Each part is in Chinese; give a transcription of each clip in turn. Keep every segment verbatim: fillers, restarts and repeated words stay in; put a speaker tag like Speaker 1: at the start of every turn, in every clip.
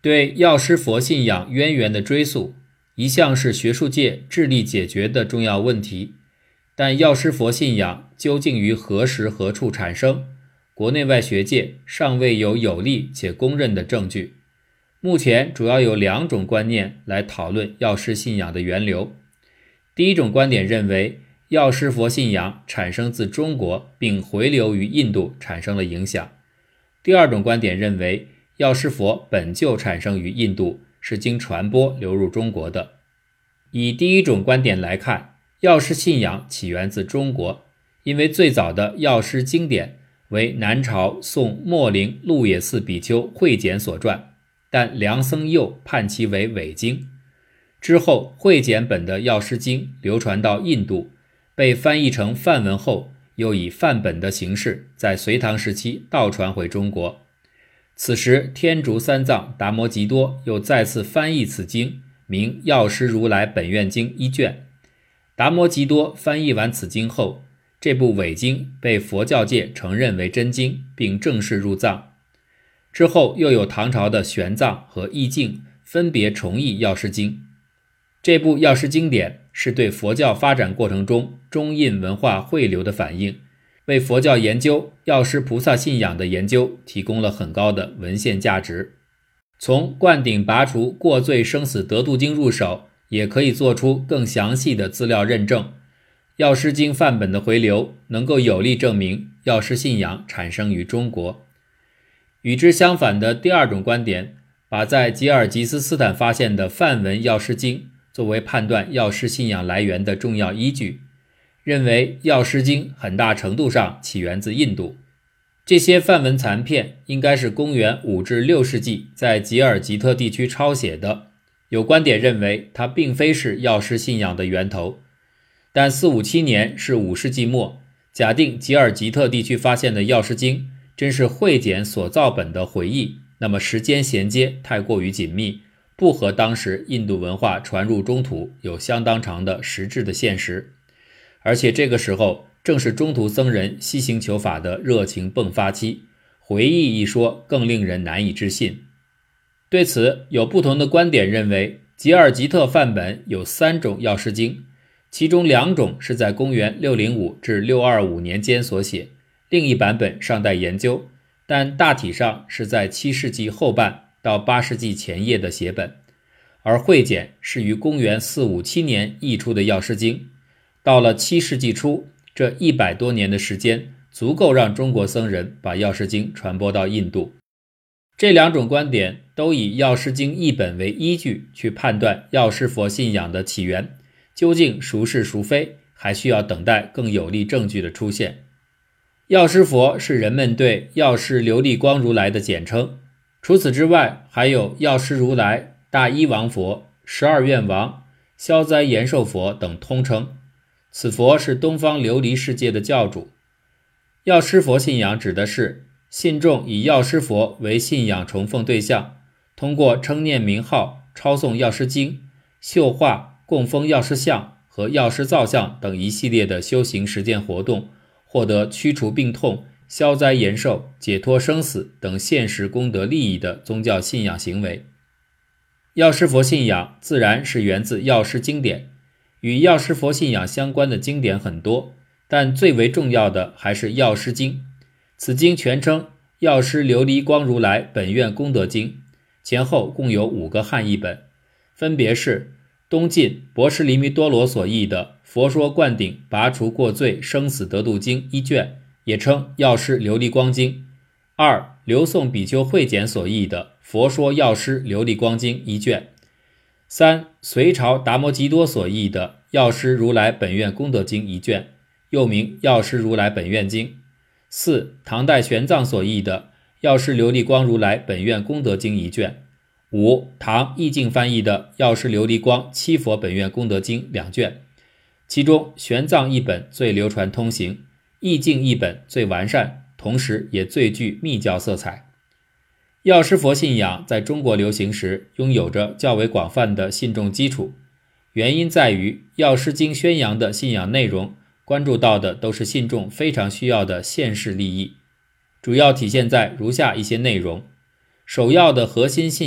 Speaker 1: 对药师佛信仰渊源的追溯，一向是学术界致力解决的重要问题，但药师佛信仰究竟于何时何处产生，国内外学界尚未有有力且公认的证据。目前主要有两种观念来讨论药师信仰的源流。第一种观点认为，药师佛信仰产生自中国并回流于印度，产生了影响。第二种观点认为，药师佛本就产生于印度，是经传播流入中国的。以第一种观点来看，药师信仰起源自中国，因为最早的药师经典为南朝宋末陵鹿野寺比丘慧简所撰，但梁僧佑判其为伪经。之后慧简本的药师经流传到印度，被翻译成梵文后，又以梵本的形式在隋唐时期倒传回中国。此时天竺三藏达摩吉多又再次翻译此经，名药师如来本愿经一卷。达摩吉多翻译完此经后，这部伪经被佛教界承认为真经，并正式入藏。之后又有唐朝的玄奘和义净分别重译药师经。这部药师经典是对佛教发展过程中中印文化汇流的反应，为佛教研究药师菩萨信仰的研究提供了很高的文献价值。从灌顶拔除过罪生死得度经入手，也可以做出更详细的资料认证。药师经范本的回流能够有力证明药师信仰产生于中国。与之相反的第二种观点，把在吉尔吉斯斯坦发现的梵文药师经作为判断药师信仰来源的重要依据，认为药师经很大程度上起源自印度。这些梵文残片应该是公元五至六世纪在吉尔吉特地区抄写的，有观点认为它并非是药师信仰的源头。但四五七年是五世纪末，假定吉尔吉特地区发现的药师经真是慧简所造本的回忆，那么时间衔接太过于紧密，不和当时印度文化传入中土有相当长的实质的现实。而且这个时候正是中土僧人西行求法的热情迸发期，回忆一说更令人难以置信。对此有不同的观点认为，吉尔吉特范本有三种药师经，其中两种是在公元六零五至六二五年间所写，另一版本尚待研究，但大体上是在七世纪后半到八世纪前叶的写本。而慧简是于公元四五七年译出的药师经，到了七世纪初，这一百多年的时间足够让中国僧人把药师经传播到印度。这两种观点都以药师经译本为依据去判断药师佛信仰的起源，究竟孰是孰非，还需要等待更有力证据的出现。药师佛是人们对药师琉璃光如来的简称，除此之外还有药师如来、大医王佛、十二愿王、消灾延寿佛等通称。此佛是东方琉璃世界的教主。药师佛信仰指的是信众以药师佛为信仰崇奉对象，通过称念名号、抄诵药师经、绣画、供奉药师像和药师造像等一系列的修行实践活动，获得驱除病痛、消灾延寿、解脱生死等现实功德利益的宗教信仰行为。药师佛信仰自然是源自药师经典，与药师佛信仰相关的经典很多，但最为重要的还是药师经。此经全称药师琉璃光如来本愿功德经，前后共有五个汉译本，分别是东晋博士黎弥多罗所译的《佛说灌顶拔除过罪生死得度经》一卷，也称药师琉璃光经；二刘宋比丘慧简所译的《佛说药师琉璃光经》一卷；三隋朝达摩吉多所译的《药师如来本愿功德经》一卷，又名《药师如来本愿经》；四唐代玄奘所译的《药师琉璃光如来本愿功德经》一卷；五唐义净翻译的《药师琉璃光七佛本愿功德经》两卷。其中玄奘译本最流传通行，义净译本最完善，同时也最具密教色彩。药师佛信仰在中国流行时拥有着较为广泛的信众基础，原因在于药师经宣扬的信仰内容关注到的都是信众非常需要的现世利益，主要体现在如下一些内容。首要的核心信仰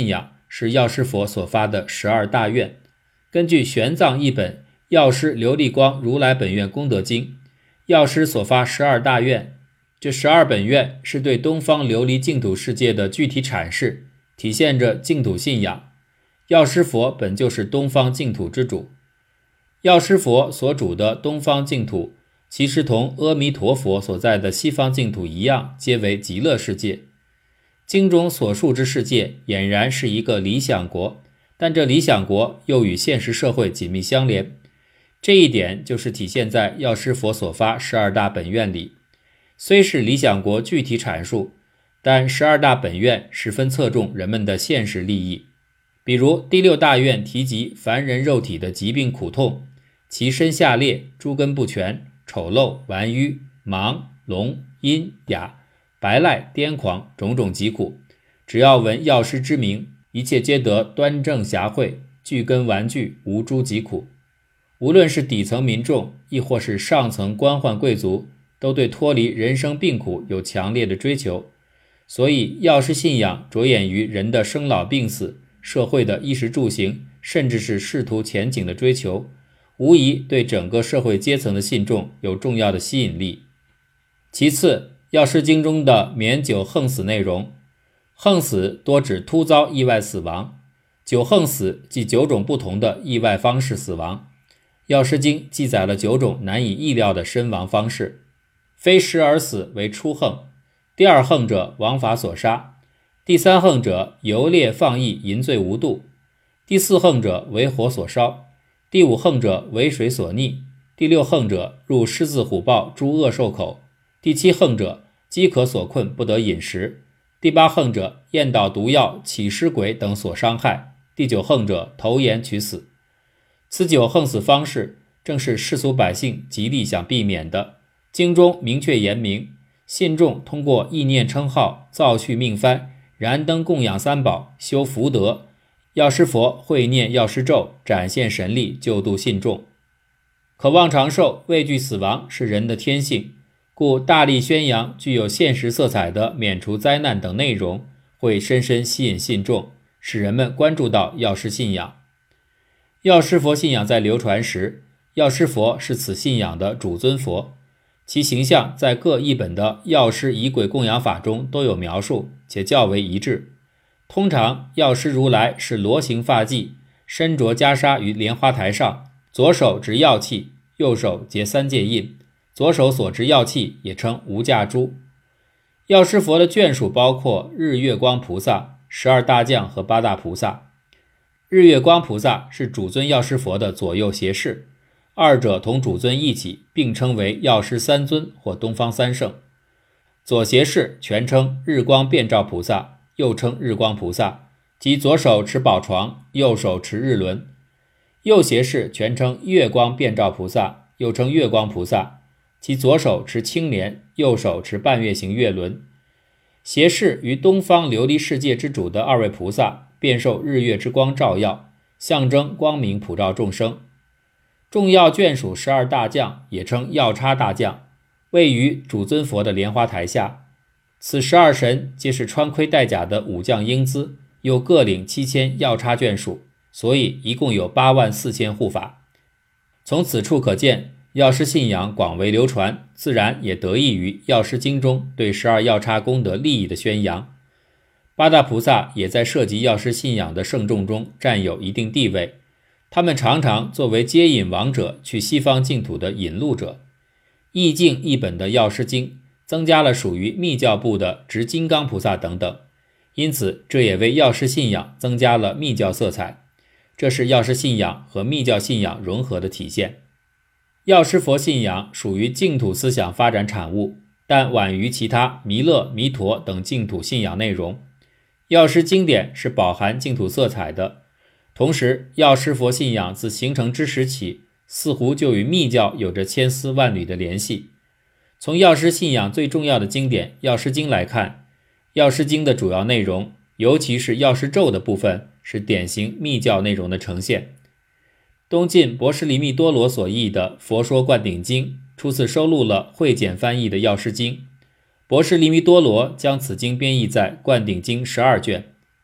Speaker 1: 是药师佛所发的十二大愿。根据玄奘译本药师琉璃光如来本愿功德经，药师所发十二大愿，这十二本愿是对东方琉璃净土世界的具体阐释，体现着净土信仰。药师佛本就是东方净土之主，药师佛所主的东方净土其实同阿弥陀佛所在的西方净土一样，皆为极乐世界。经中所述之世界俨然是一个理想国，但这理想国又与现实社会紧密相连，这一点就是体现在药师佛所发十二大本愿里。虽是理想国具体阐述，但十二大本愿十分侧重人们的现实利益。比如第六大愿提及凡人肉体的疾病苦痛，其身下裂、诸根不全、丑陋、顽愚、盲、聋、阴、哑、白赖、癫狂，种种疾苦，只要闻药师之名，一切皆得端正暇慧，具根顽具，无诸疾苦。无论是底层民众，亦或是上层官宦贵族，都对脱离人生病苦有强烈的追求。所以药师信仰着眼于人的生老病死、社会的衣食住行，甚至是仕途前景的追求，无疑对整个社会阶层的信众有重要的吸引力。其次，药师经中的免九横死内容，横死多指突遭意外死亡，九横死即九种不同的意外方式死亡。药师经记载了九种难以意料的身亡方式。非时而死为初横，第二横者王法所杀，第三横者游猎放逸淫醉无度，第四横者为火所烧，第五横者为水所溺，第六横者入狮子虎豹诸恶兽口，第七横者饥渴所困不得饮食，第八横者厌倒毒药起尸鬼等所伤害，第九横者投岩取死。此九横死方式正是世俗百姓极力想避免的。经中明确言明，信众通过意念称号、造序命幡、燃灯供养三宝、修福德，药师佛会念药师咒，展现神力，救度信众。渴望长寿、畏惧死亡是人的天性，故大力宣扬具有现实色彩的免除灾难等内容，会深深吸引信众，使人们关注到药师信仰。药师佛信仰在流传时，药师佛是此信仰的主尊佛，其形象在各译本的药师仪轨供养法中都有描述，且较为一致。通常药师如来是罗形发髻，身着袈裟于莲花台上，左手执药器，右手结三界印，左手所执药器也称无价珠。药师佛的眷属包括日月光菩萨、十二大将和八大菩萨。日月光菩萨是主尊药师佛的左右胁侍，二者同主尊一起并称为药师三尊或东方三圣。左胁侍全称日光遍照菩萨，又称日光菩萨，即左手持宝床，右手持日轮。右胁侍全称月光遍照菩萨，又称月光菩萨，其左手持青莲，右手持半月形月轮。胁侍于东方琉璃世界之主的二位菩萨，便受日月之光照耀，象征光明普照众生。重要眷属十二大将也称药叉大将，位于主尊佛的莲花台下。此十二神皆是穿盔戴甲的武将英姿，又各领七千药叉眷属，所以一共有八万四千护法。从此处可见，药师信仰广为流传，自然也得益于药师经中对十二药叉功德利益的宣扬。八大菩萨也在涉及药师信仰的圣众中占有一定地位，他们常常作为接引亡者去西方净土的引路者。译经译本的药师经增加了属于密教部的执金刚菩萨等等，因此这也为药师信仰增加了密教色彩，这是药师信仰和密教信仰融合的体现。药师佛信仰属于净土思想发展产物，但晚于其他弥勒、弥陀等净土信仰内容。药师经典是饱含净土色彩的，同时药师佛信仰自形成之时起，似乎就与密教有着千丝万缕的联系。从药师信仰最重要的经典药师经来看，药师经的主要内容，尤其是药师咒的部分，是典型密教内容的呈现。东晋博士黎密多罗所译的《佛说灌顶经》初次收录了汇简翻译的药师经，博士黎密多罗将此经编译在灌顶经十二卷，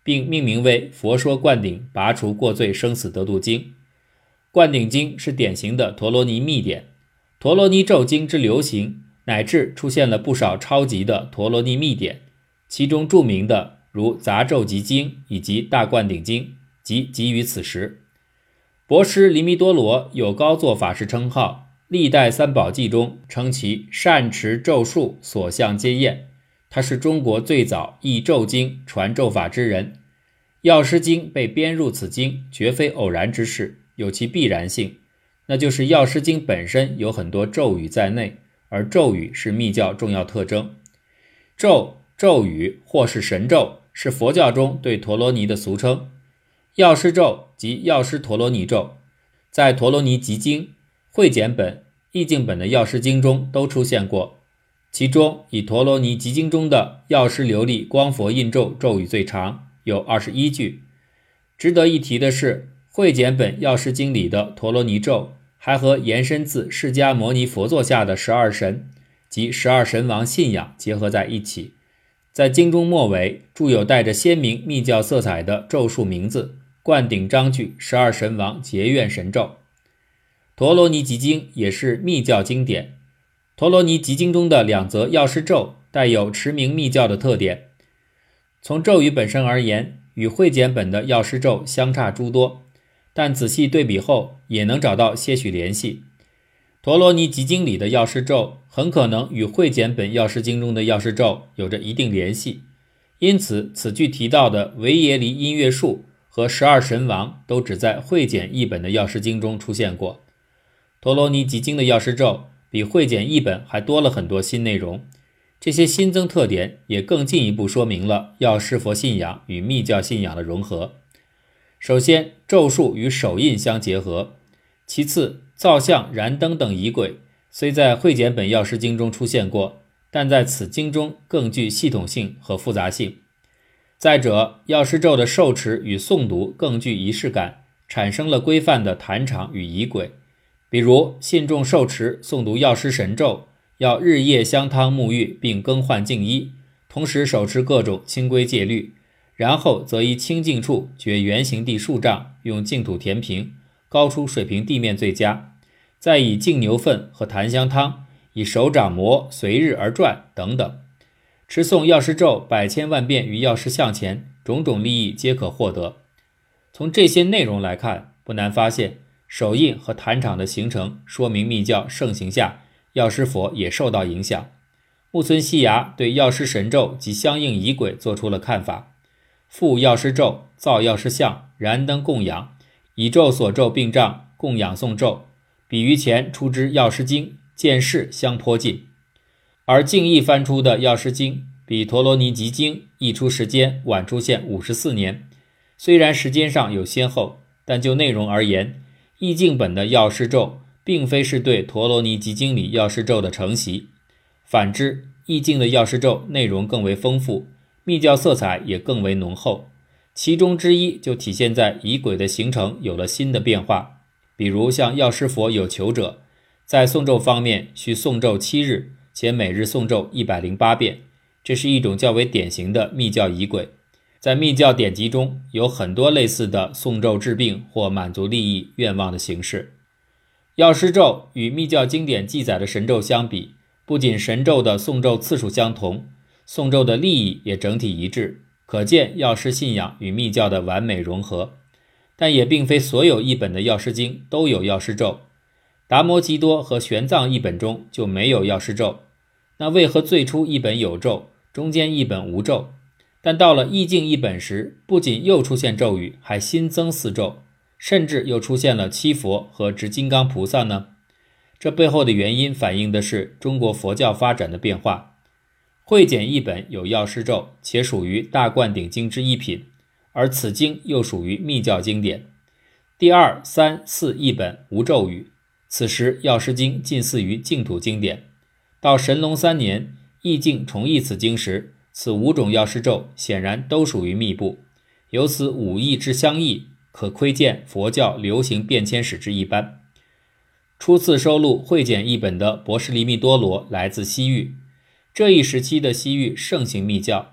Speaker 1: 并命名为《佛说灌顶拔除过罪生死得度经》。灌顶经是典型的陀罗尼密典，陀罗尼咒经之流行，乃至出现了不少超级的陀罗尼密典，其中著名的如杂咒集经以及大灌顶经即集于此时。博施黎弥多罗有高座法师称号，历代三宝记中称其善持咒术，所向皆验。他是中国最早译咒经传咒法之人。药师经被编入此经绝非偶然之事，有其必然性，那就是药师经本身有很多咒语在内，而咒语是密教重要特征。咒、咒语或是神咒是佛教中对陀罗尼的俗称。药师咒及药师陀罗尼咒在陀罗尼集经、汇简本、译经本的药师经中都出现过，其中以陀罗尼集经中的药师琉璃光佛印咒咒语最长，有二十一句。值得一提的是，汇简本药师经里的陀罗尼咒还和延伸自释迦牟尼佛座下的十二神及十二神王信仰结合在一起。在经中末尾注有带着鲜明密教色彩的咒术名字，灌顶章句十二神王结愿神咒。陀罗尼集经也是密教经典，陀罗尼集经中的两则药师咒带有持名密教的特点。从咒语本身而言，与汇简本的药师咒相差诸多，但仔细对比后也能找到些许联系。陀罗尼集经里的药师咒很可能与汇简本药师经中的药师咒有着一定联系，因此此句提到的维耶离音乐术和十二神王都只在汇简译本的药师经中出现过。陀罗尼集经的药师咒比汇简译本还多了很多新内容，这些新增特点也更进一步说明了药师佛信仰与密教信仰的融合。首先，咒术与手印相结合；其次，造像、燃灯等仪轨虽在汇简本药师经中出现过，但在此经中更具系统性和复杂性。再者，药师咒的受持与诵读更具仪式感，产生了规范的坛场与仪轨。比如信众受持诵读药师神咒，要日夜香汤沐浴并更换净衣，同时手持各种清规戒律，然后则依清净处掘圆形地数丈，用净土填平，高出水平地面最佳，再以净牛粪和檀香汤，以手掌磨随日而转等等。持诵药师咒百千万遍于药师像前，种种利益皆可获得。从这些内容来看，不难发现手印和坛场的形成说明密教盛行下，药师佛也受到影响。木村西牙对药师神咒及相应仪轨做出了看法：复药师咒，造药师像，燃灯供养，以咒所咒并仗，供养诵咒，比于前出之药师经见识相颇近。而净译翻出的药师经比陀罗尼集经译出时间晚出现五十四年，虽然时间上有先后，但就内容而言，译经本的药师咒并非是对陀罗尼集经里药师咒的承袭，反之，译经的药师咒内容更为丰富，密教色彩也更为浓厚。其中之一就体现在仪轨的形成有了新的变化，比如像药师佛有求者，在诵咒方面需诵咒七日，且每日诵咒一百零八遍，这是一种较为典型的密教仪轨。在密教典籍中有很多类似的诵咒治病或满足利益愿望的形式。药师咒与密教经典记载的神咒相比，不仅神咒的诵咒次数相同，诵咒的利益也整体一致，可见药师信仰与密教的完美融合。但也并非所有译本的药师经都有药师咒，达摩基多和玄奘译本中就没有药师咒。那为何最初译本有咒，中间译本无咒，但到了译经译本时，不仅又出现咒语，还新增四咒，甚至又出现了七佛和执金刚菩萨呢？这背后的原因反映的是中国佛教发展的变化。汇简译本有药师咒，且属于大灌顶经之一品，而此经又属于密教经典。第二、三、四译本无咒语，此时药师经近似于净土经典。到神龙三年，译经重译此经时，此五种药师咒显然都属于密部，由此五义之相异，可窥见佛教流行变迁史之一般。初次收录汇简译本的博士黎密多罗来自西域，这一时期的西域盛行密教，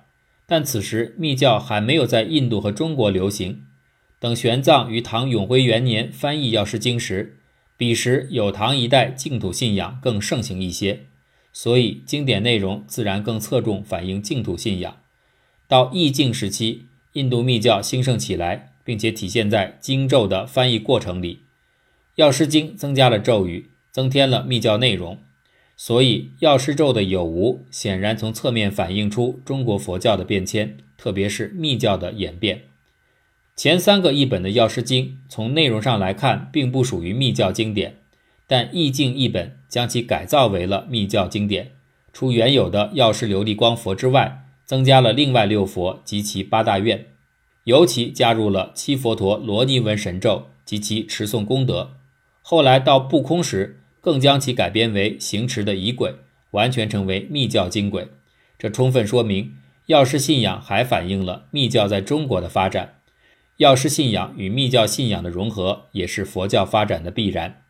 Speaker 1: 但此时密教还没有在印度和中国流行。等玄奘于唐永徽元年翻译药师经时，彼时有唐一带净土信仰更盛行一些，所以经典内容自然更侧重反映净土信仰。到义净时期，印度密教兴盛起来，并且体现在经咒的翻译过程里。药师经增加了咒语，增添了密教内容，所以药师咒的有无显然从侧面反映出中国佛教的变迁，特别是密教的演变。前三个译本的药师经从内容上来看并不属于密教经典，但义净译本将其改造为了密教经典，除原有的药师琉璃光佛之外，增加了另外六佛及其八大愿，尤其加入了七佛陀罗尼文神咒及其持诵功德。后来到不空时，更将其改编为行持的仪轨，完全成为密教经轨。这充分说明药师信仰还反映了密教在中国的发展，药师信仰与密教信仰的融合也是佛教发展的必然。